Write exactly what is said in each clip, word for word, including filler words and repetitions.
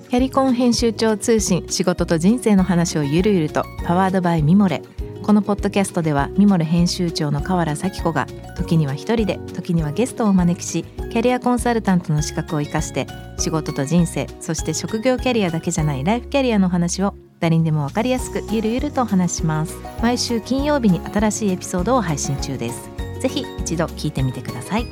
キャリコン編集長通信、仕事と人生の話をゆるゆると、パワードバイミモレ。このポッドキャストではミモレ編集長の河原咲子が時には一人で、時にはゲストをお招きし、キャリアコンサルタントの資格を生かして仕事と人生、そして職業キャリアだけじゃないライフキャリアの話を誰にでも分かりやすくゆるゆるとお話します。毎週金曜日に新しいエピソードを配信中です。ぜひ一度聞いてみてください。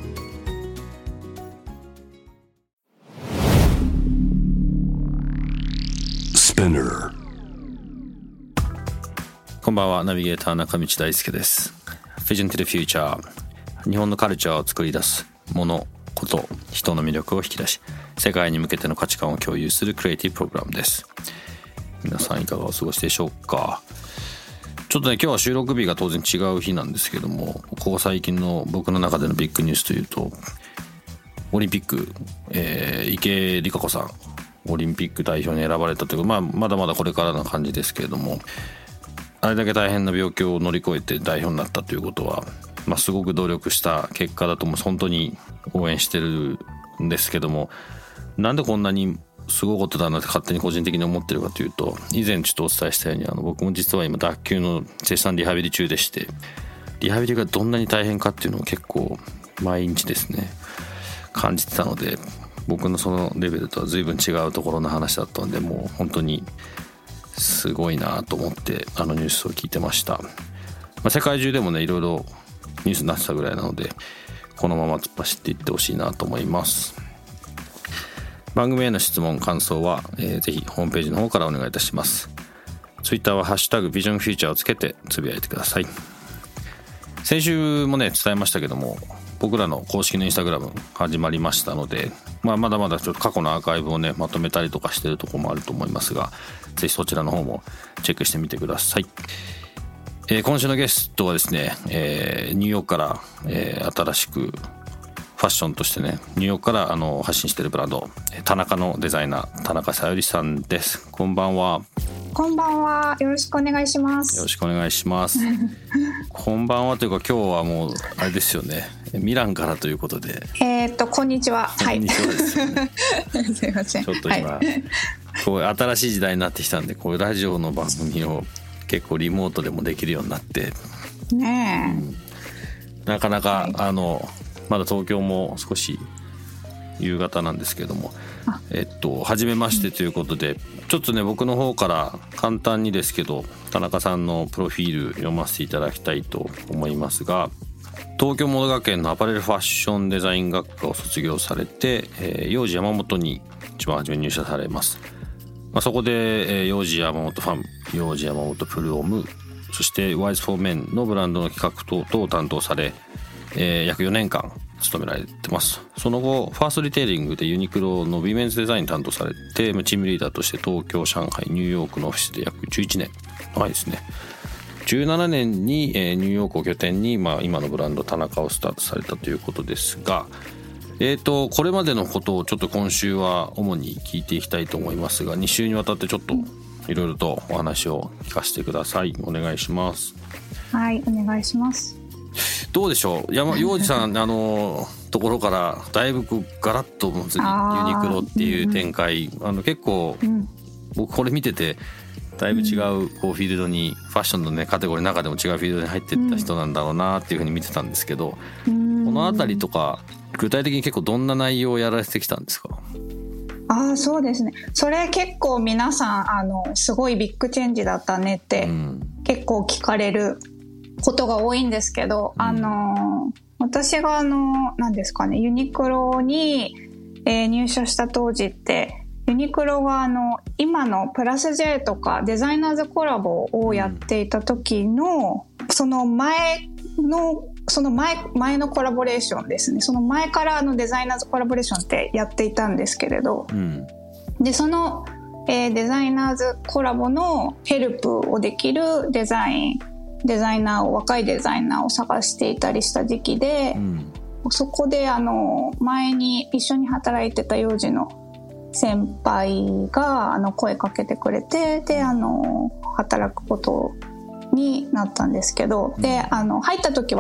こんばんは、ナビゲーター中道大輔です。 Vision to the Future、 日本のカルチャーを作り出すもの、こと、人の魅力を引き出し、世界に向けての価値観を共有するクリエイティブプログラムです。皆さんいかがお過ごしでしょうか。ちょっとね、今日は収録日が当然違う日なんですけども、ここ最近の僕の中でのビッグニュースというと、オリンピック、えー、池江璃花子さんオリンピック代表に選ばれたというか、まあ、まだまだこれからな感じですけれども、あれだけ大変な病気を乗り越えて代表になったということは、まあ、すごく努力した結果だと思う。本当に応援してるんですけども、なんでこんなにすごいことだなって勝手に個人的に思ってるかというと、以前ちょっとお伝えしたように、あの僕も実は今脱臼の絶賛リハビリ中でして、リハビリがどんなに大変かっていうのを結構毎日ですね感じてたので、僕のそのレベルとは随分違うところの話だったので、もう本当にすごいなと思ってあのニュースを聞いてました。まあ、世界中でもねいろいろニュースになってたぐらいなので、このまま突っ走っていってほしいなと思います。番組への質問感想は、えー、ぜひホームページの方からお願いいたします。ツイッターはハッシュタグビジョンフューチャーをつけてつぶやいてください。先週もね伝えましたけども、僕らの公式のインスタグラム始まりましたので、まあ、まだまだちょっと過去のアーカイブをねまとめたりとかしてるところもあると思いますが、ぜひそちらの方もチェックしてみてください。えー、今週のゲストはですね、えー、ニューヨークから、えー、新しくファッションとしてねニューヨークからあの発信しているブランド、田中のデザイナー田中さゆりさんです。こんばんは。 こんばんは、よろしくお願いします。 よろしくお願いしますこんばんはというか、今日はもうあれですよね、ミランからということで、 えー、っとこんにちは。 こんにちはですよねすいません。 ちょっと今、はい、こう新しい時代になってきたんで、こういうラジオの番組を結構リモートでもできるようになってねえ、 うん、なかなか、はい、あのまだ東京も少し夕方なんですけども、えっと初めましてということで、うん、ちょっとね僕の方から簡単にですけど田中さんのプロフィール読ませていただきたいと思いますが、東京モダ学園のアパレルファッションデザイン学科を卒業されて、えー、幼児山本に一番初め入社されます。まあ、そこで、えー、幼児山本ファム、幼児山本プルオム、そして ワイズ フォー Men のブランドの企画等々を担当され、えー、約よねんかん勤められてます。その後ファーストリテイリングでユニクロのウィメンズデザイン担当されて、チームリーダーとして東京、上海、ニューヨークのオフィスで約じゅういちねん、長いですね。じゅうななねんに、えー、ニューヨークを拠点に、まあ、今のブランド田中をスタートされたということですが、えーとこれまでのことをちょっと今週は主に聞いていきたいと思いますが、に週にわたってちょっといろいろとお話を聞かせてください。お願いします。 はい、お願いします。 どうでしょう、山洋二さんあのところからだいぶガラッとユニクロっていう展開、うん、あの結構、うん、僕これ見ててだいぶ違うこうフィールドに、ファッションの、ね、カテゴリーの中でも違うフィールドに入っていった人なんだろうなっていうふうに見てたんですけど、うん、このあたりとか具体的に結構どんな内容をやられてきたんですか？ ああ、そうですね、それ結構皆さんあのすごいビッグチェンジだったねって、うん、結構聞かれることが多いんですけど、うん、あの私があの何ですかね、ユニクロに、えー、入社した当時って、ユニクロがあの今のプラス J とかデザイナーズコラボをやっていた時の、うん、その前のその前前のコラボレーションですね。その前からあのデザイナーズコラボレーションってやっていたんですけれど、うん、でその、えー、デザイナーズコラボのヘルプをできるデザインデザイナーを若いデザイナーを探していたりした時期で、うん、そこであの前に一緒に働いてた幼児の先輩があの声かけてくれて、であの働くことになったんですけど、であの入った時は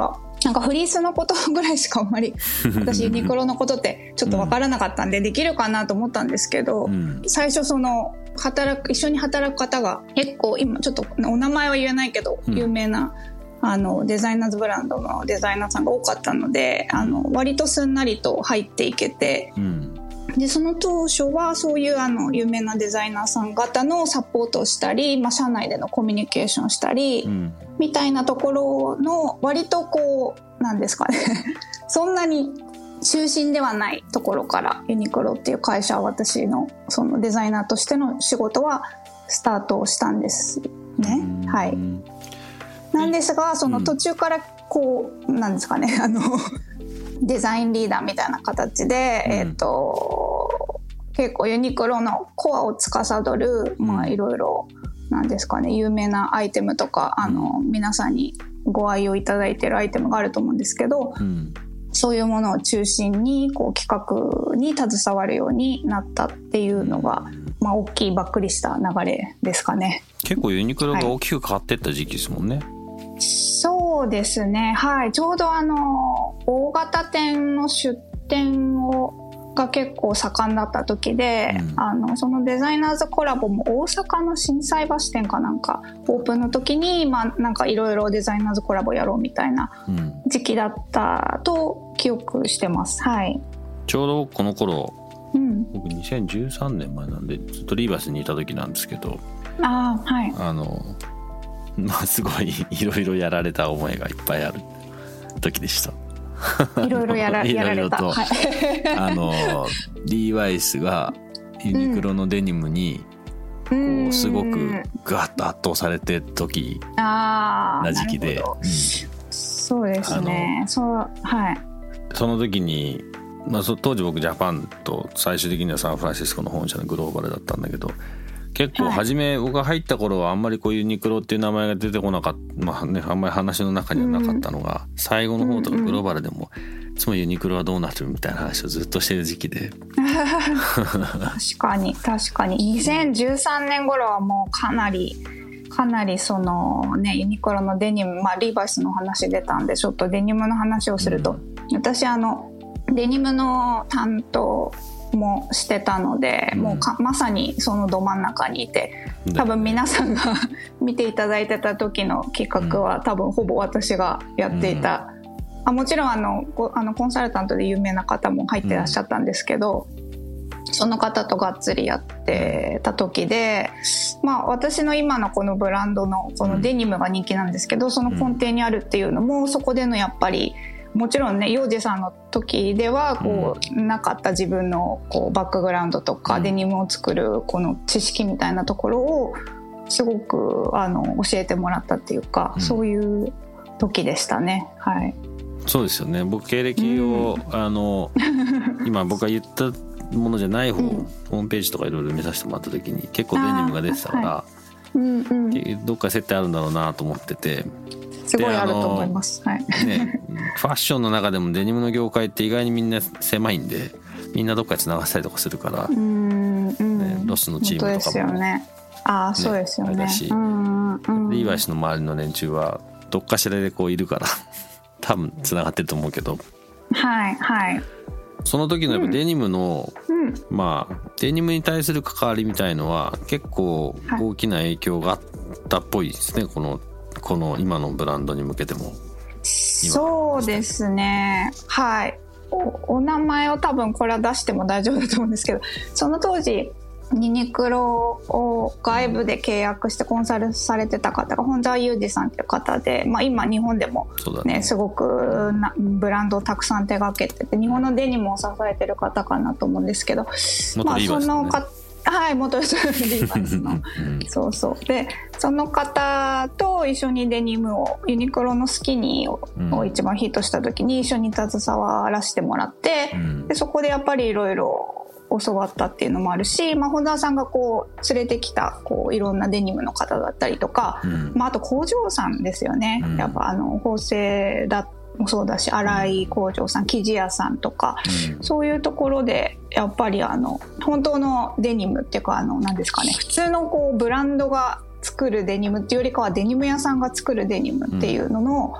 なんかフリースのことぐらいしかあんまり私ユニクロのことってちょっと分からなかったんで、できるかなと思ったんですけど、うん、最初その働く一緒に働く方が結構今ちょっとお名前は言えないけど有名な、うん、あのデザイナーズブランドのデザイナーさんが多かったので、あの割とすんなりと入っていけて、うん、でその当初はそういうあの有名なデザイナーさん方のサポートをしたり、まあ、社内でのコミュニケーションをしたり、うん、みたいなところの割とこうなんですかねそんなに中心ではないところからユニクロっていう会社は私のそのデザイナーとしての仕事はスタートをしたんですね。はい。なんですがその途中からこうなんですかねあのデザインリーダーみたいな形で、うん、えっと結構ユニクロのコアを司るまあいろいろなんですかね有名なアイテムとかあの皆さんにご愛用いただいているアイテムがあると思うんですけど、うん、そういうものを中心にこう企画に携わるようになったっていうのが、まあ、大きいばっくりした流れですかね。 結構ユニクロが大きく変わっていった時期ですもんね、 はい、そうですね、はい、ちょうどあの大型店の出店をが結構盛んだった時で、うん、あのそのデザイナーズコラボも大阪の心斎橋店かなんかオープンの時に、まあ、なんかいろいろデザイナーズコラボやろうみたいな時期だったと記憶してます、はい、 ちょうどこの頃、うん、僕にせんじゅうさんねんまえなんでずっとリーバイスにいた時なんですけど、 あ、はい、あのまあすごいいろいろやられた思いがいっぱいある時でした。 いろいろやら、やられた。はい、 あのリーバイスがユニクロのデニムにこうすごくガッと圧倒されて時な時期で、うん、 そうですね。そう、はい。 その時に、まあ、当時僕ジャパンと最終的にはサンフランシスコの本社のグローバルだったんだけど、結構初め僕が入った頃はあんまりこういうユニクロっていう名前が出てこなかった、まあね、あんまり話の中にはなかったのが、うん、最後の方とかグローバルでも、うんうん、いつもユニクロはどうなってるみたいな話をずっとしてる時期で確かに確かににせんじゅうさんねん頃はもうかなりかなりそのねユニクロのデニム、まあリーバイスの話出たんでちょっとデニムの話をすると、うん、私あのデニムの担当もしてたので、うん、もうかまさにそのど真ん中にいて、多分皆さんが見ていただいてた時の企画は、うん、多分ほぼ私がやっていた、うん、あもちろんあのあのコンサルタントで有名な方も入ってらっしゃったんですけど、うん、その方とがっつりやってた時で、まあ、私の今のこのブランドのこのデニムが人気なんですけど、その根底にあるっていうのもそこでのやっぱりもちろんねヨウジさんの時ではこう、うん、なかった自分のこうバックグラウンドとか、うん、デニムを作るこの知識みたいなところをすごくあの教えてもらったっていうか、うん、そういう時でしたね。はい。 そうですよね。僕経歴を、うん、あの今僕が言ったものじゃない方、うん、ホームページとかいろいろ見させてもらった時に結構デニムが出てたから、はいうんうん、どっか接点あるんだろうなと思ってて。 すごいあると思います、はいね、ファッションの中でもデニムの業界って意外にみんな狭いんでみんなどっかでつながったりとかするから、うんうん、ね、ロスのチームとかも、ね、 ですよね、あ、そうですよね、 だし、うんうん、リーバイスの周りの連中はどっかしらでこういるから多分つながってると思うけど、 はいはい、 その時のやっぱデニムの、うん、まあデニムに対する関わりみたいのは結構大きな影響があったっぽいですね、はい、このこの今のブランドに向けても。 そうですね、はい、 お, お名前を多分これは出しても大丈夫だと思うんですけど、その当時ユニクロを外部で契約してコンサルされてた方が本沢裕二さんという方で、まあ、今日本でも、ねね、すごくなブランドをたくさん手掛けてて日本のデニムを支えてる方かなと思うんですけど、まあ、その方はい、元リーバイスの、うん、そうそうでその方と一緒にデニムをユニクロのスキニーを、うん、を一番ヒットした時に一緒に携わらせてもらって、うん、でそこでやっぱりいろいろ教わったっていうのもあるし、まあ、本田さんがこう連れてきたこういろんなデニムの方だったりとか、うんまあ、あと工場さんですよね、うん、やっぱあの縫製だもそうだし新井工場さん生地屋さんとか、うん、そういうところでやっぱりあの本当のデニムっていうかあの何ですかね普通のこうブランドが作るデニムっていうよりかはデニム屋さんが作るデニムっていうのの、うん、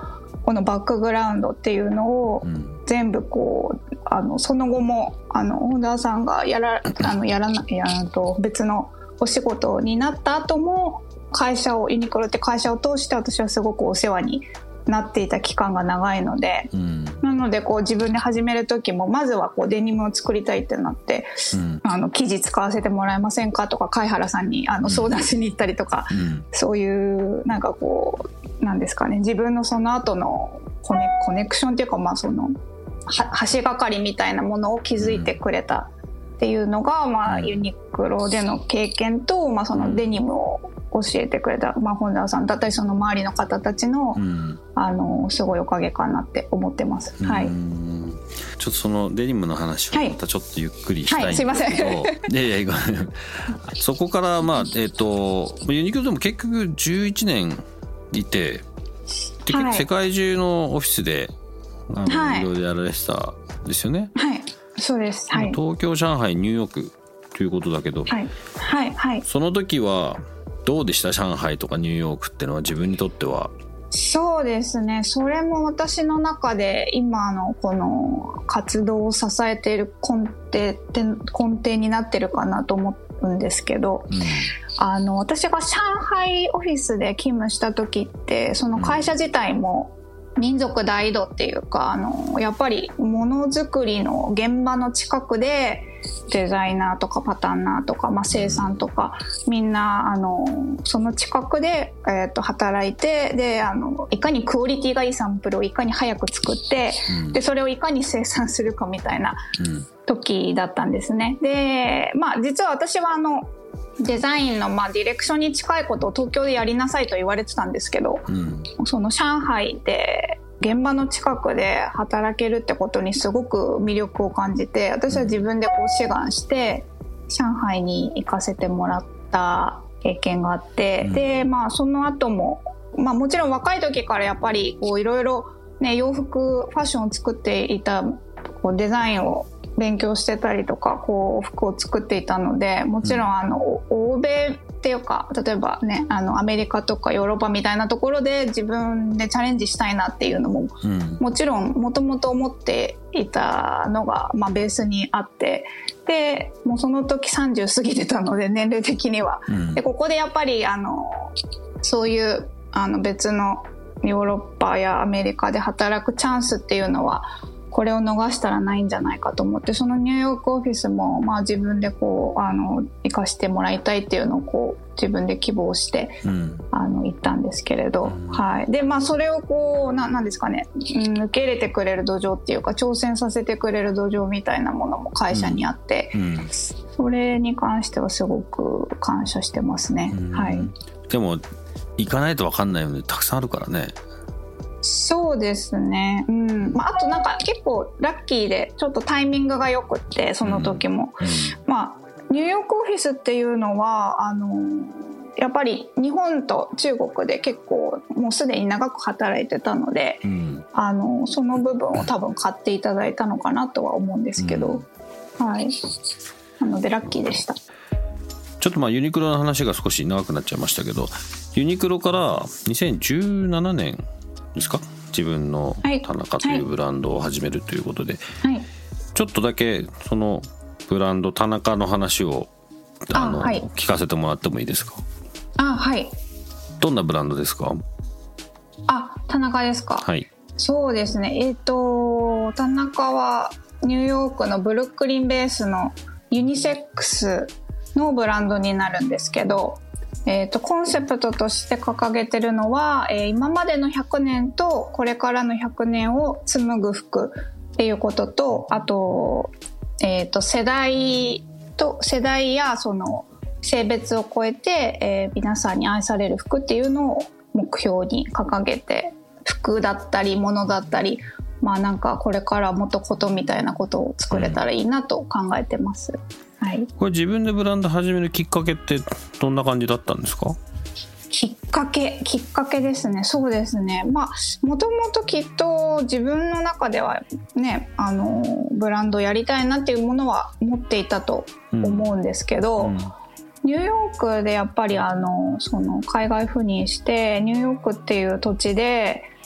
このバックグラウンドっていうのを全部こうあのその後もあの本田さんがやらあのやらなやらんと別のお仕事になった後も会社をユニクロって会社を通して私はすごくお世話になっていた期間が長いので、うん、なのでこう自分で始める時もまずはこうデニムを作りたいってなって、うん、あの生地使わせてもらえませんかとか貝原さんにあの相談しに行ったりとか、うん、そういうなんかこうなんですかね、自分のその後のコネ、コネクションっていうか、まあその橋がかりみたいなものを築いてくれたっていうのが、まあユニクロでの経験と、まあそのデニムを教えてくれた、まあ、本田さんだったりその周りの方たちの、うん、あのすごいおかげかなって思ってます、はい、 ちょっとそのデニムの話をまたちょっとゆっくりしたいんですけど、はいはい、すいませんいやいやそこからまあえっ、ー、とユニクロでも結局じゅういちねんいて結局世界中のオフィスで、はい、あのいろいろやられてたんですよね。 はいそうです、はい、 東京上海ニューヨークということだけど、 はいはいはい、 その時はどうでした？上海とかニューヨークっていうのは自分にとっては。 そうですね、それも私の中で今のこの活動を支えている根底、根底になってるかなと思うんですけど、うん、あの私が上海オフィスで勤務した時ってその会社自体も民族大移動っていうか、あのやっぱりものづくりの現場の近くでデザイナーとかパタンナーとか、まあ、生産とかみんなあのその近くで、えー、と働いて、であのいかにクオリティがいいサンプルをいかに早く作って、うん、でそれをいかに生産するかみたいな時だったんですね。で、まあ、実は私はあのデザインのまあディレクションに近いことを東京でやりなさいと言われてたんですけど、うん、その上海で現場の近くで働けるってことにすごく魅力を感じて、私は自分でこう志願して上海に行かせてもらった経験があって、うん、でまあその後も、まあ、もちろん若い時からやっぱりいろいろ洋服ファッションを作っていたこうデザインを勉強してたりとかこう服を作っていたので、もちろんあの、うん、欧米っていうか例えばねあのアメリカとかヨーロッパみたいなところで自分でチャレンジしたいなっていうのも、うん、もちろんもともと思っていたのが、まあ、ベースにあって、でもうその時さんじゅう過ぎてたので年齢的には、うん、でここでやっぱりあのそういうあの別のヨーロッパやアメリカで働くチャンスっていうのはこれを逃したらないんじゃないかと思って、そのニューヨークオフィスも、まあ、自分でこうあの生かしてもらいたいっていうのをこう自分で希望して、うん、あの行ったんですけれど、うん、はい、でまあそれをこう な, なんですかね、うん、受け入れてくれる土壌っていうか挑戦させてくれる土壌みたいなものも会社にあって、うんうん、それに関してはすごく感謝してますね、うん、はい。 でも行かないと分かんないよね、たくさんあるからね。 そうですね、うんまあ、あとなんか結構ラッキーでちょっとタイミングがよくってその時も、うんうん、まあニューヨークオフィスっていうのはあのやっぱり日本と中国で結構もうすでに長く働いてたので、うん、あのその部分を多分買っていただいたのかなとは思うんですけど、うん、はいなのでラッキーでした。 ちょっとまあユニクロの話が少し長くなっちゃいましたけど、ユニクロからにせんじゅうななねんですか、自分の田中というブランドを始めるということで、はいはい、ちょっとだけそのブランド田中の話をあのあ、はい、聞かせてもらってもいいですか？ あ、はい。 どんなブランドですか？ あ、田中ですか？ はい。 そうですね、えっと田中はニューヨークのブルックリンベースのユニセックスのブランドになるんですけど、えーと、コンセプトとして掲げてるのは、えー、今までのひゃくねんとこれからのひゃくねんを紡ぐ服っていうことと、あと、えーと、世代と世代やその性別を超えて、えー、皆さんに愛される服っていうのを目標に掲げて、服だったり物だったり、まあなんかこれからもっとことみたいなことを作れたらいいなと考えてます、うんはい、 これ自分でブランド始めるきっかけってどんな感じだったんですか？ きっかけきっかけですね。そうですね、まあもともときっと自分の中ではねあのブランドやりたいなっていうものは持っていたと思うんですけど、うんうん、ニューヨークでやっぱりあのその海外赴任してニューヨークっていう土地でこ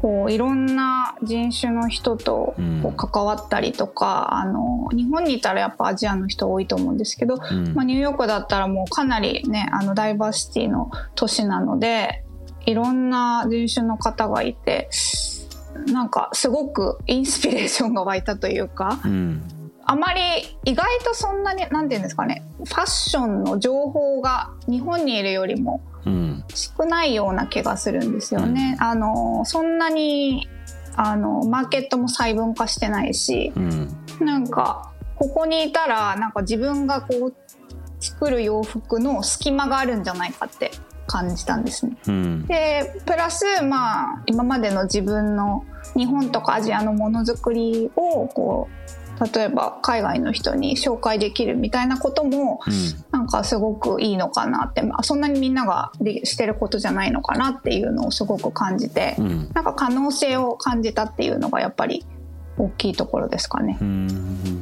こういろんな人種の人とこう関わったりとか、うん、あの日本にいたらやっぱアジアの人多いと思うんですけど、うん、まあ、ニューヨークだったらもうかなりねあのダイバーシティの都市なのでいろんな人種の方がいてなんかすごくインスピレーションが湧いたというか、うん、あまり意外とそんなになんていうんですかねファッションの情報が日本にいるよりも少ないような気がするんですよね、うん、あのそんなにあのマーケットも細分化してないし、うん、なんかここにいたらなんか自分がこう作る洋服の隙間があるんじゃないかって感じたんですね、うん、でプラス、まあ、今までの自分の日本とかアジアのものづくりをこう例えば海外の人に紹介できるみたいなことも、うん、なんかすごくいいのかなって、まあ、そんなにみんながしてることじゃないのかなっていうのをすごく感じて、うん、なんか可能性を感じたっていうのがやっぱり大きいところですかね。うん、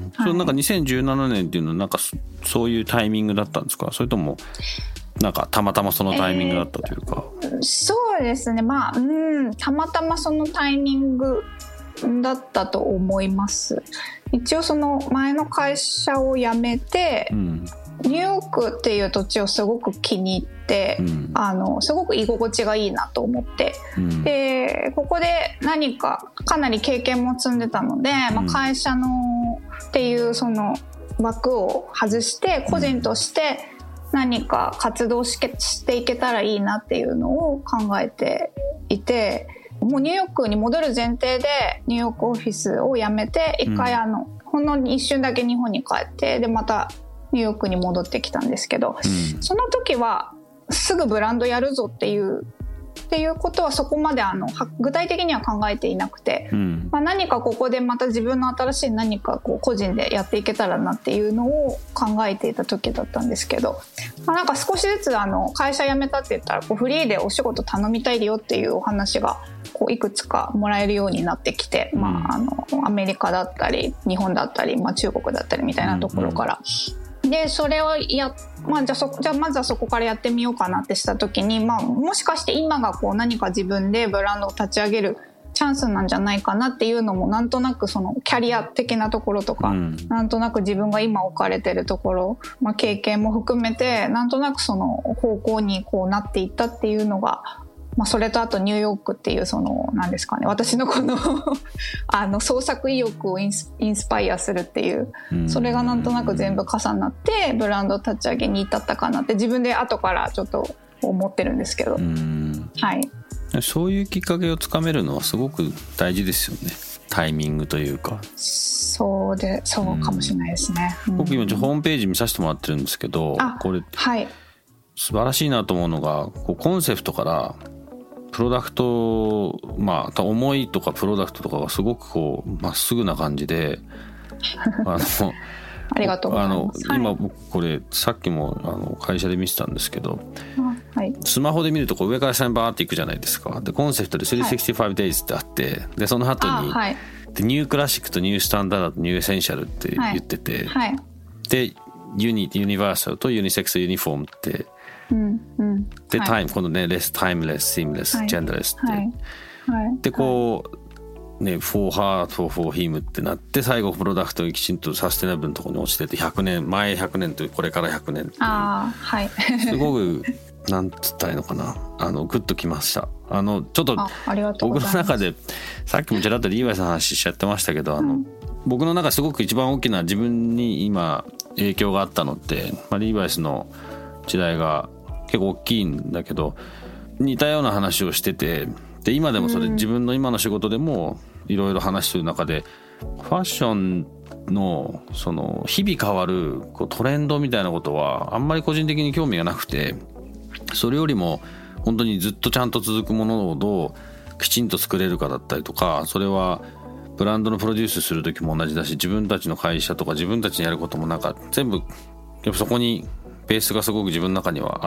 はい、そのなんかにせんじゅうななねんっていうのはなんかそういうタイミングだったんですか？それともなんかたまたまそのタイミングだったというか、 えー、そうですね、まあ、うん、たまたまそのタイミングだったと思います。一応その前の会社を辞めて、うん、ニューヨークっていう土地をすごく気に入って、うん、あのすごく居心地がいいなと思って、うん、でここで何かかなり経験も積んでたので、まあ、会社のっていうその枠を外して個人として何か活動しけしていけたらいいなっていうのを考えていて、もうニューヨークに戻る前提でニューヨークオフィスを辞めて一回あの、うん、ほんの一瞬だけ日本に帰ってでまたニューヨークに戻ってきたんですけど、うん、その時はすぐブランドやるぞっていうっていうことはそこまであの具体的には考えていなくて、うんまあ、何かここでまた自分の新しい何かこう個人でやっていけたらなっていうのを考えていた時だったんですけど、まあ、なんか少しずつあの会社辞めたって言ったらこうフリーでお仕事頼みたいよっていうお話がこういくつかもらえるようになってきて、うんまあ、あのアメリカだったり日本だったり、まあ、中国だったりみたいなところから、うんうん、でそれをや、まあ、じゃあそじゃあまずはそこからやってみようかなってした時に、まあ、もしかして今がこう何か自分でブランドを立ち上げるチャンスなんじゃないかなっていうのもなんとなくそのキャリア的なところとか、うん、なんとなく自分が今置かれてるところ、まあ、経験も含めてなんとなくその方向にこうなっていったっていうのが、まあ、それとあとニューヨークっていうその何ですかね私のこのあの創作意欲をインス、インスパイアするっていうそれがなんとなく全部重なってブランド立ち上げに至ったかなって自分で後からちょっと思ってるんですけど、うんはい、 そういうきっかけをつかめるのはすごく大事ですよね。タイミングというか。 そうでそうかもしれないですね、うん、 僕今ホームページ見させてもらってるんですけど、これ、はい、素晴らしいなと思うのがこうコンセプトからプロダクト、まあ思いとかプロダクトとかがすごくこうまっすぐな感じであのありがとうございます。 あの今僕これさっきもあの会社で見てたんですけど、 はい、 スマホで見るとこう上から下にバーっていくじゃないですか。でコンセプトでさんびゃくろくじゅうご days ってあって、はい、でその後に、はい、でニュークラシックとニュースタンダードとニューエッセンシャルって言ってて、はいはい、でユニユニバーサルとユニセックスユニフォームってうんうん、で、はい、タイムこのねレスタイムレスシームレス、はい、ジェンダーレスって、はいはい、でこう、ね、for her for for him ってなって最後プロダクトにきちんとサステナブルのところに落ちててひゃくねん前ひゃくねんとこれからひゃくねんっていうあ、はい、すごくなんつったらいいのかなあのグッときました。あのちょっと僕の中でさっきもちらっとリーバイさんの話しちゃってましたけど、あの、うん、僕の中ですごく一番大きな自分に今影響があったのって、まあ、リーバイスの時代が結構大きいんだけど似たような話をしてて、で今でもそれ自分の今の仕事でもいろいろ話してる中でファッションのその日々変わるこうトレンドみたいなことはあんまり個人的に興味がなくて、それよりも本当にずっとちゃんと続くものをどうきちんと作れるかだったりとか、それはブランドのプロデュースする時も同じだし自分たちの会社とか自分たちにやることもなんか全部やっぱそこにベースがすごく自分の中にはあって、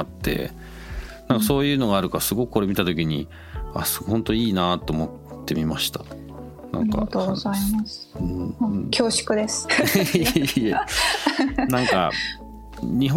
なんかそういうのがあるからすごくこれ見た時にあ本当いいなと思ってみました。 なんかありがとうございます、うん、恐縮ですいやなんか日本っ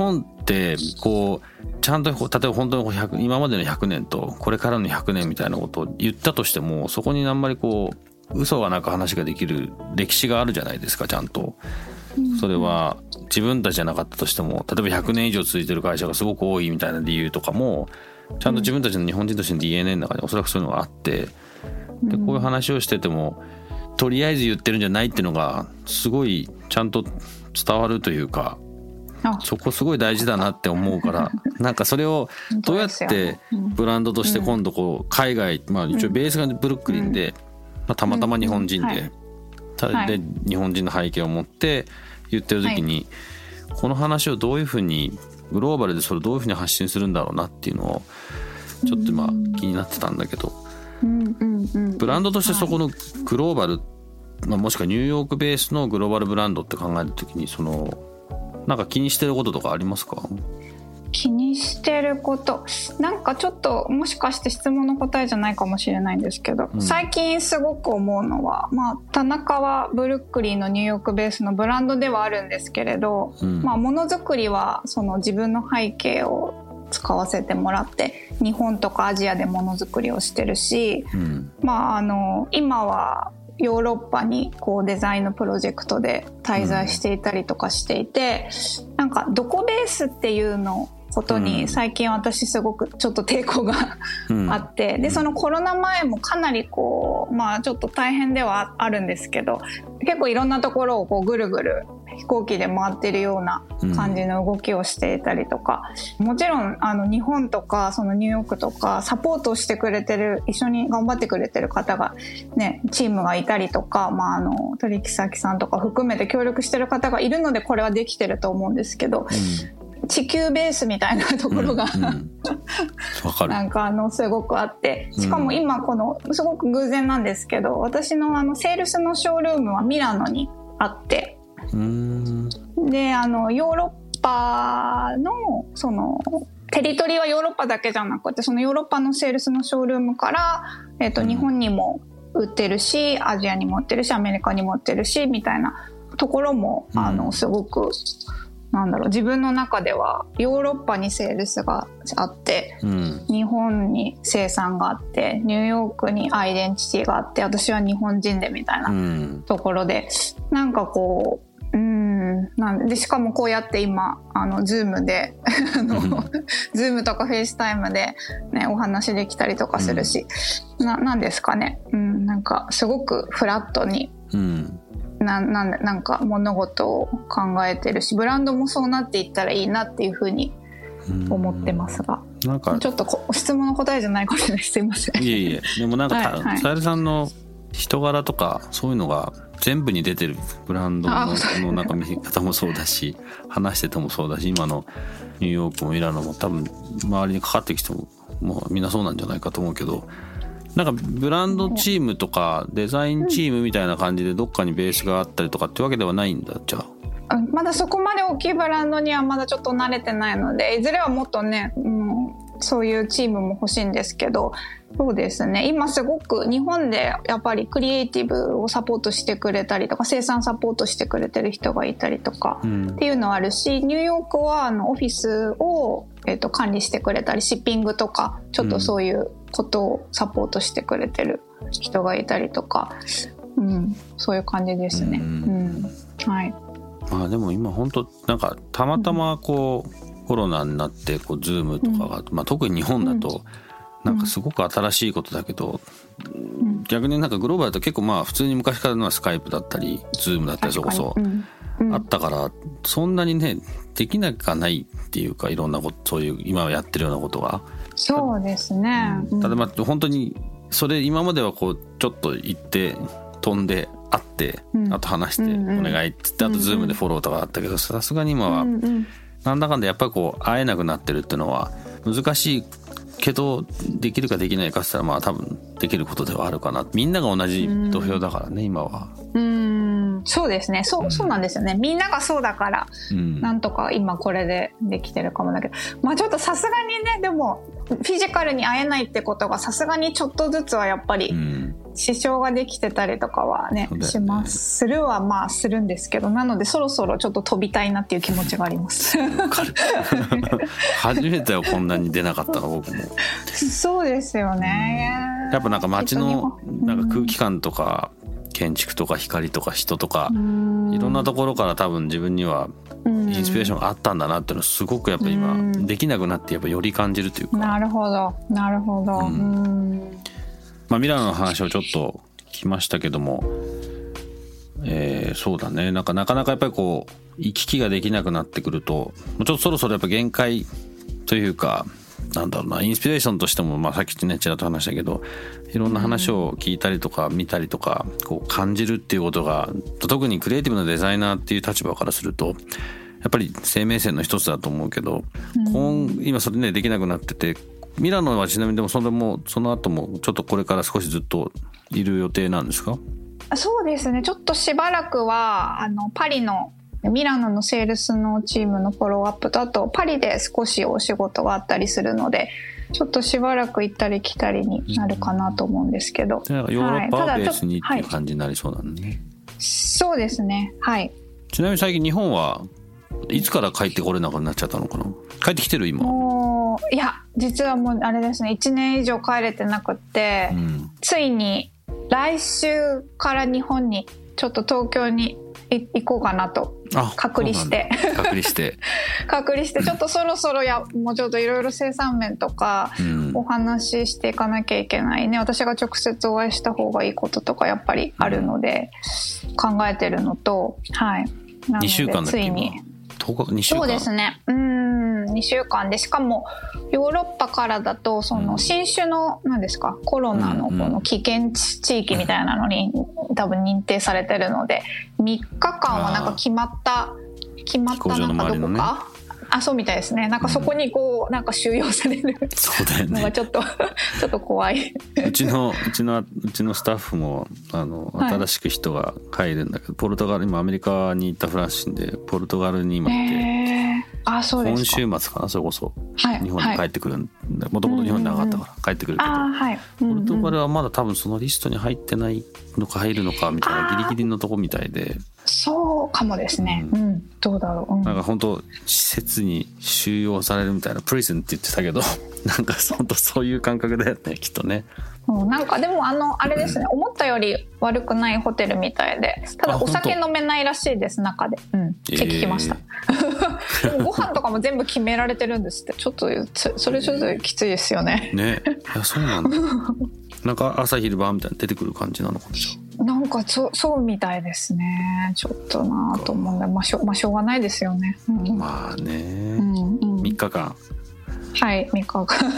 ってこうちゃんと例えば本当にひゃく今までのひゃくねんとこれからのひゃくねんみたいなことを言ったとしても、そこにあんまりこう嘘はなく話ができる歴史があるじゃないですか。ちゃんとそれは自分たちじゃなかったとしても、例えばひゃくねん以上続いてる会社がすごく多いみたいな理由とかもちゃんと自分たちの日本人としての ディーエヌエー の中におそらくそういうのがあって、でこういう話をしててもとりあえず言ってるんじゃないっていうのがすごいちゃんと伝わるというか、そこすごい大事だなって思うからなんかそれをどうやってブランドとして今度こう海外、まあ一応ベースがブルックリンで、まあ、たまたま日本人で、で日本人の背景を持って言ってる時に、この話をどういうふうにグローバルでそれをどういうふうに発信するんだろうなっていうのをちょっと今気になってたんだけど、ブランドとしてそこのグローバル、まあ、もしくはニューヨークベースのグローバルブランドって考えるときに、そのなんか気にしてることとかありますか？ 気にしてること、なんかちょっともしかして質問の答えじゃないかもしれないんですけど、うん、最近すごく思うのは、まあ、田中はブルックリンのニューヨークベースのブランドではあるんですけれど、うん、まあ、ものづくりはその自分の背景を使わせてもらって日本とかアジアでものづくりをしてるし、うん、まあ、あの今はヨーロッパにこうデザインのプロジェクトで滞在していたりとかしていて、うん、なんかどこベースっていうのことに最近私すごくちょっと抵抗があって、うん、でそのコロナ前もかなりこう、まあ、ちょっと大変ではあるんですけど、結構いろんなところをこうぐるぐる飛行機で回ってるような感じの動きをしていたりとか、うん、もちろんあの日本とかそのニューヨークとかサポートしてくれてる、一緒に頑張ってくれてる方がね、チームがいたりとか、まあ、あの取引先さんとか含めて協力してる方がいるのでこれはできてると思うんですけど、うん、地球ベースみたいなところが、うんうん、なんかあのすごくあって、しかも今このすごく偶然なんですけど、私のあのセールスのショールームはミラノにあって、うーんであのヨーロッパのそのテリトリーはヨーロッパだけじゃなくて、そのヨーロッパのセールスのショールームから、えーと、日本にも売ってるしアジアにも売ってるしアメリカにも売ってるしみたいなところも、うん、あのすごくなんだろう、自分の中ではヨーロッパにセールスがあって、うん、日本に生産があってニューヨークにアイデンティティがあって私は日本人でみたいなところで、うん、なんかこううーんなんでしかもこうやって今あの Zoom であの、うん、Zoom とか FaceTime で、ね、お話できたりとかするし、うん、な, なんですかね、うん、なんかすごくフラットに、うんな, な, なんか物事を考えてるし、ブランドもそうなっていったらいいなっていうふうに思ってますが、なんかちょっとこ質問の答えじゃないかもしれない、すいません。 いえいえ、でもなんか、はいはい、さゆりさんの人柄とかそういうのが全部に出てるブランド の, のなんか見方もそうだし話しててもそうだし、今のニューヨークもミラノも多分周りにかかってきてももうみんなそうなんじゃないかと思うけど、なんかブランドチームとかデザインチームみたいな感じでどっかにベースがあったりとかってわけではないんだ。じゃあまだそこまで大きいブランドにはまだちょっと慣れてないので、いずれはもっとね、うん、そういうチームも欲しいんですけど、そうですね、今すごく日本でやっぱりクリエイティブをサポートしてくれたりとか生産サポートしてくれてる人がいたりとかっていうのはあるし、うん、ニューヨークはあのオフィスを、えーと、管理してくれたりシッピングとかちょっとそういうことをサポートしてくれてる人がいたりとか、うん、そういう感じですね、うんうん、はい。 まあでも今本当なんかたまたまこう、うん、コロナになってこう Zoom とかが、うんまあ、特に日本だとなんかすごく新しいことだけど、うん、逆になんかグローバルだと結構まあ普通に昔からのはスカイプだったり Zoom だったりそこそ、うんうん、あったからそんなにねできなくはないっていうか、いろんなことそういう今やってるようなことがそうですね、 うん、ただまあ本当にそれ今まではこうちょっと行って飛んで会って、うん、あと話してお願いっつって、うんうん、あと Zoom でフォローとかあったけど、さすがに今はなんだかんだやっぱりこう会えなくなってるっていうのは難しいけど、できるかできないかって言ったらまあ多分できることではあるかな。みんなが同じ土俵だからね、うん、今は。 うーん、そうですね、そう、そうなんですよね。みんながそうだから、うん、なんとか今これでできてるかもだけど、まあちょっとさすがにね、でもフィジカルに会えないってことがさすがにちょっとずつはやっぱり支障ができてたりとかは ね, ねしますするはまあするんですけど、なのでそろそろちょっと飛びたいなっていう気持ちがあります初めてはこんなに出なかったの僕も。 そうですよね、 うん、やっぱなんか街のなんか空気感とか建築とか光とか人とかいろんなところから多分自分にはインスピレーションがあったんだなっていうのをすごくやっぱり今できなくなってやっぱより感じるというか。 なるほどなるほど、うんうんまあ、ミラノの話をちょっと聞きましたけども、えー、そうだねなんかなかなかやっぱりこう行き来ができなくなってくるとちょっとそろそろやっぱ限界というかなんだろうなインスピレーションとしても、まあ、さっきねちらっと話したけどいろんな話を聞いたりとか見たりとかこう感じるっていうことが特にクリエイティブなデザイナーっていう立場からするとやっぱり生命線の一つだと思うけど、うん、今それねできなくなっててミラノはちなみにでもそれもその後もちょっとこれから少しずっといる予定なんですか？ そうですねちょっとしばらくはあのパリのミラノのセールスのチームのフォローアップとあとパリで少しお仕事があったりするのでちょっとしばらく行ったり来たりになるかなと思うんですけど、 うん、ヨーロッパをベースにっていう感じになりそうなんでね、はい、 そうですねはい。 ちなみに最近日本はいつから帰ってこれなくなっちゃったのかな？帰ってきてる今？ もういや実はもうあれですねいちねん以上帰れてなくって、うん、ついに来週から日本にちょっと東京に行こうかなと隔離して隔離して隔離してちょっとそろそろやもうちょっといろいろ生産面とかお話ししていかなきゃいけないね、うん、私が直接お会いした方がいいこととかやっぱりあるので考えてるのと、はいなのでにしゅうかんだっけついにとおかにしゅうかんそうですねうんにしゅうかんでしかもヨーロッパからだとその新種の何ですかコロナのこの危険地域みたいなのに多分認定されてるのでみっかかんはなんか決まった決まったなんかどこかあそうみたいですねなんかそこにこうなんか収容されるのがちょっとちょっと怖いうちのうちのうちのスタッフもあの新しく人が入るんだけど、はい、ポルトガル今アメリカに行ったフランス人でポルトガルに今いて、 えー、あそうですか今週末かなそれこそ、 はい、 日本に帰ってくるんでもともと日本になかったから帰ってくるけど、 はいポルトガルはまだ多分そのリストに入ってないのか入るのかみたいなギリギリのとこみたいでそうかもですね、うんうん、どうだろう、うん、 なんか本当施設に収容されるみたいなプリズンって言ってたけどなんか本当そういう感覚だよねきっとね、 うん、なんかでもあのあれですね、うん、思ったより悪くないホテルみたいでただお酒飲めないらしいです中で、うん、って聞きました、えー、でもご飯とかも全部決められてるんですってちょっとそれちょっときついですよねねいやそうなんだなんか朝昼晩みたいな出てくる感じなのかななんかそそうみたいですねちょっとなと思うんで、まあ、しょまあしょうがないですよね、うん、 まあね、 うんうん、 みっかかんはいみっかかん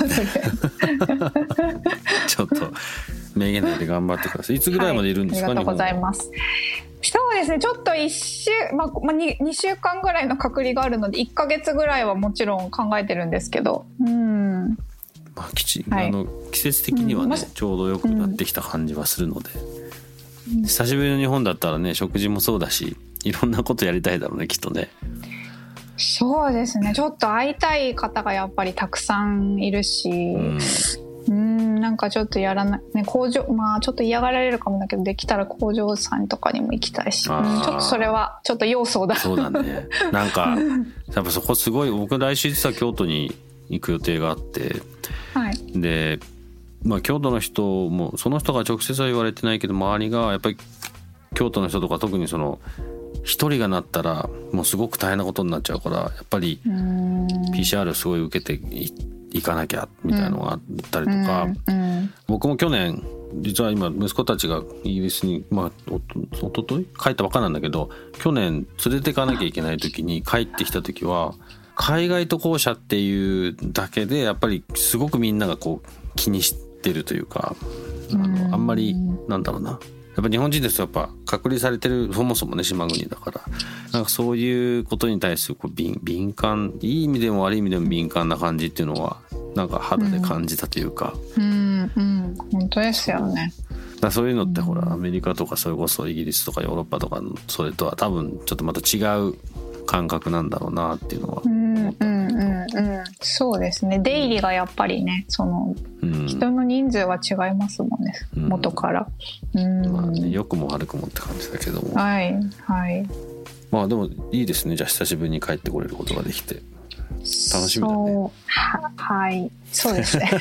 ちょっとめげないで頑張ってくださいいつぐらいまでいるんですか、 はい、ありがとうございますそうですねちょっといっ週、まあまあ、に, にしゅうかんぐらいの隔離があるのでいっかげつぐらいはもちろん考えてるんですけどうんまあ、きちはい、あの季節的にはね、うん、ちょうどよくなってきた感じはするので、うん、久しぶりの日本だったらね食事もそうだしいろんなことやりたいだろうねきっとねそうですねちょっと会いたい方がやっぱりたくさんいるし、うん、うんなんかちょっとやらない、ね、工場まあちょっと嫌がられるかもだけどできたら工場さんとかにも行きたいし、うん、ちょっとそれはちょっと要素だそうだねなんかやっぱそこすごい僕来週実は京都に行く予定があって、 はい、 で、まあ、京都の人もその人が直接は言われてないけど周りがやっぱり京都の人とか特にその一人がなったらもうすごく大変なことになっちゃうからやっぱり ピーシーアール すごい受けて い, いかなきゃみたいなのがあったりとか、 うんうん、 僕も去年実は今息子たちがイギリスに、まあ、おとおととい帰ったばっかなんだけど去年連れてかなきゃいけない時に帰ってきた時は海外渡航者っていうだけでやっぱりすごくみんながこう気にしてるというかあのあんまりなんだろうなやっぱ日本人ですとやっぱ隔離されてるそもそもね島国だからなんかそういうことに対するこう 敏, 敏感いい意味でも悪い意味でも敏感な感じっていうのはなんか肌で感じたというか、 うんうんうん、本当ですよね。 だそういうのってほらアメリカとかそれこそイギリスとかヨーロッパとかそれとは多分ちょっとまた違う感覚なんだろうなっていうのは思った、うんうんうんうん、そうですね。出入りがやっぱりね、その、うん、人の人数は違いますもんね、うん、元から。うん、 まあね、良くも悪くもって感じだけども。 はいはい。 まあでもいいですね。じゃあ久しぶりに帰ってこれることができて楽しみだね。 ははいそうですね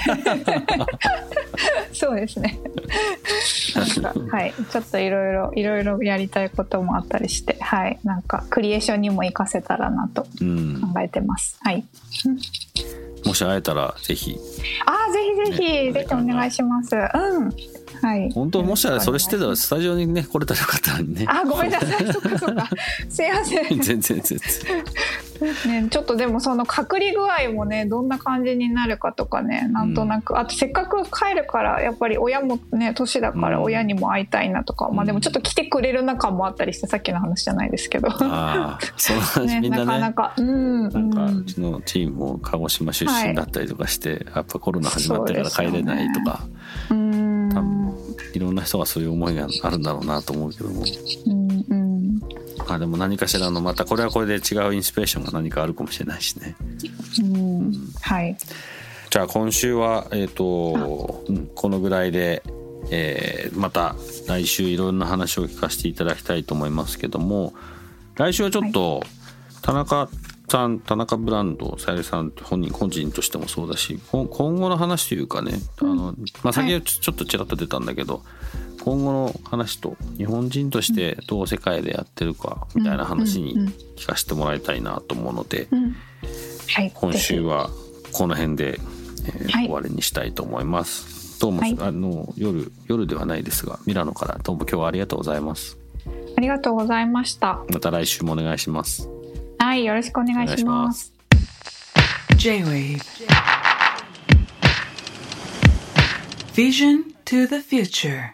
そうですねなんか、はい、ちょっといろいろいろいろやりたいこともあったりして、はい、なんかクリエーションにも活かせたらなと考えてます、うん、はいもし会えたらぜひあぜひぜひ、ね、ぜひお願いします。うんはい、 本当もしあれそれしてたらスタジオにね来れたらよかったのにね。 あごめんなさいそっかそっかすいません全然全然ね、ちょっとでもその隔離具合もねどんな感じになるかとかねなんとなく、うん、あとせっかく帰るからやっぱり親もね年だから親にも会いたいなとか、うん、まあでもちょっと来てくれる中もあったりしてさっきの話じゃないですけどあその話、ね、みんなねなかなか、うん、 なんかうちのチームも鹿児島出身だったりとかして、はい、やっぱコロナ始まってから帰れないとか、う、ね、うん多分いろんな人がそういう思いがあるんだろうなと思うけども、うんうん、あでも何かしらのまたこれはこれで違うインスピレーションが何かあるかもしれないしね、 うんうん、はいじゃあ今週は、えーとうん、このぐらいで、えー、また来週いろんな話を聞かせていただきたいと思いますけども来週はちょっと、はい、田中さん田中ブランドさゆりさん本人個人としてもそうだし今後の話というかね、うん、あの、まあ、先ほどちょっとちらっと出たんだけど、はい、今後の話と日本人としてどう世界でやってるかみたいな話に聞かせてもらいたいなと思うので、うんうんうんはい、今週はこの辺で、えーはい、終わりにしたいと思います。どうも、はい、あの夜夜ではないですがミラノからどうも今日はありがとうございます。 ありがとうございました。 また来週もお願いします。 はい、よろしくお願いします。 J-Wave Vision to the Future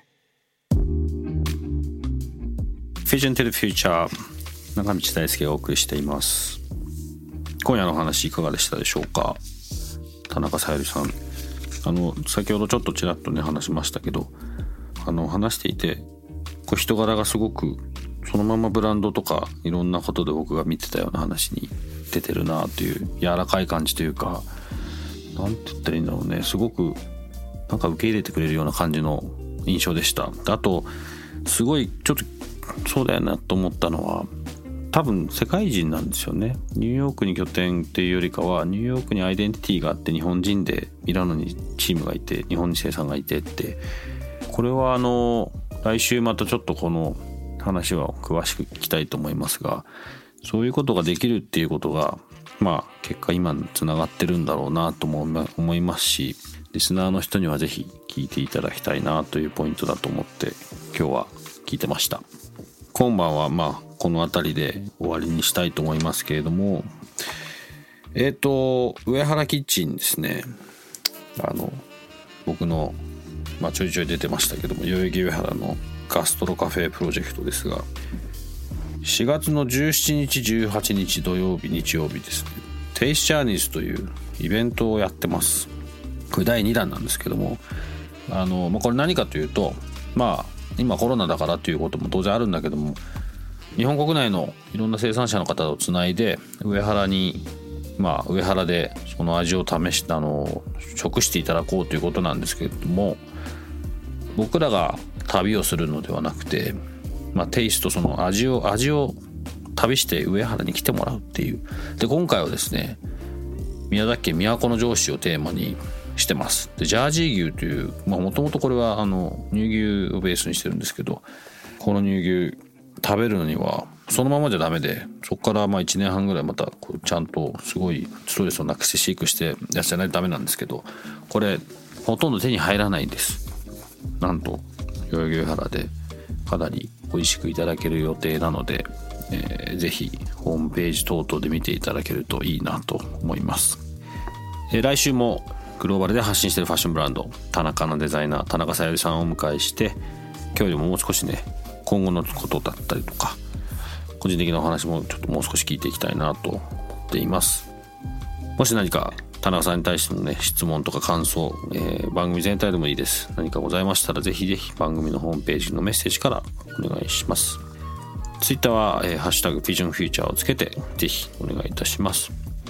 Vision to the Future 中道大輔がお送りしています。今夜の話いかがでしたでしょうか。田中さゆりさんあの先ほどちょっとちらっとね話しましたけどあの話していてこう人柄がすごくそのままブランドとかいろんなことで僕が見てたような話に出てるなという柔らかい感じというかなんて言ったらいいんだろうねすごくなんか受け入れてくれるような感じの印象でした。あとすごいちょっとそうだよなと思ったのは多分世界人なんですよね。ニューヨークに拠点っていうよりかはニューヨークにアイデンティティがあって日本人でミラノにチームがいて日本に生産がいてってこれはあの来週またちょっとこの話は詳しく聞きたいと思いますがそういうことができるっていうことがまあ結果今につながってるんだろうなとも思いますしリスナーの人にはぜひ聞いていただきたいなというポイントだと思って今日は聞いてました。今晩はまあこの辺りで終わりにしたいと思いますけれどもえっと上原キッチンですねあの僕のまあちょいちょい出てましたけども代々木上原のガストロカフェプロジェクトですがしがつのじゅうしちにちじゅうはちにち土曜日日曜日ですねテイスチャーニーズというイベントをやってます。これだいにだんなんですけどもあの、まあ、これ何かというとまあ今コロナだからということも当然あるんだけども日本国内のいろんな生産者の方をつないで上原にまあ上原でその味を試したのを食していただこうということなんですけれども僕らが旅をするのではなくて、まあ、テイストその味を味を旅して上原に来てもらうっていうで今回はですね宮崎県都城市をテーマにしてます。でジャージー牛というもともとこれはあの乳牛をベースにしてるんですけどこの乳牛食べるのにはそのままじゃダメでそこからまあいちねんはんぐらいまたこうちゃんとすごいストレスをなくして飼育してやっちゃないとダメなんですけどこれほとんど手に入らないんです。なんと代々木上原でかなり美味しくいただける予定なので、えー、ぜひホームページ等々で見ていただけるといいなと思います。えー、来週もグローバルで発信しているファッションブランド田中のデザイナー田中さゆりさんをお迎えして今日よりももう少しね今後のことだったりとか個人的なお話もちょっともう少し聞いていきたいなと思っています。もし何か田中さんに対してのね質問とか感想、えー、番組全体でもいいです何かございましたらぜひぜひ番組のホームページのメッセージからお願いします。ツイッターは、えー、ハッシュタグビジョンフューチャーをつけてぜひお願いいたします。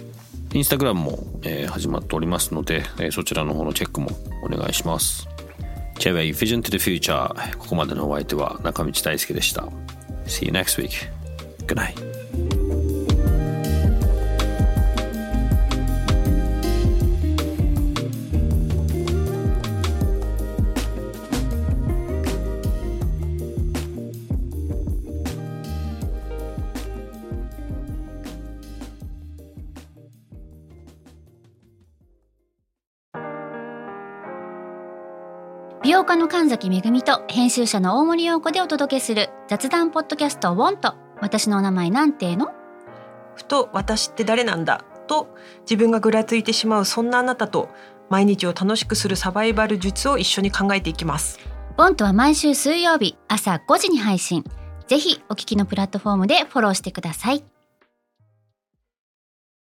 インスタグラムも、えー、始まっておりますので、えー、そちらの方のチェックもお願いします。チェウェイ Vision to the Future、 ここまでのお相手は中道大輔でした。 See you next week. Good night. 美容家の神崎めぐみと編集者の大森洋子でお届けする雑談ポッドキャストウォント。私のお名前なんての？ ふと私って誰なんだと自分がぐらついてしまうそんなあなたと、毎日を楽しくするサバイバル術を一緒に考えていきます。 ウォントは毎週水曜日朝ごじに配信。ぜひお聞きのプラットフォームでフォローしてください。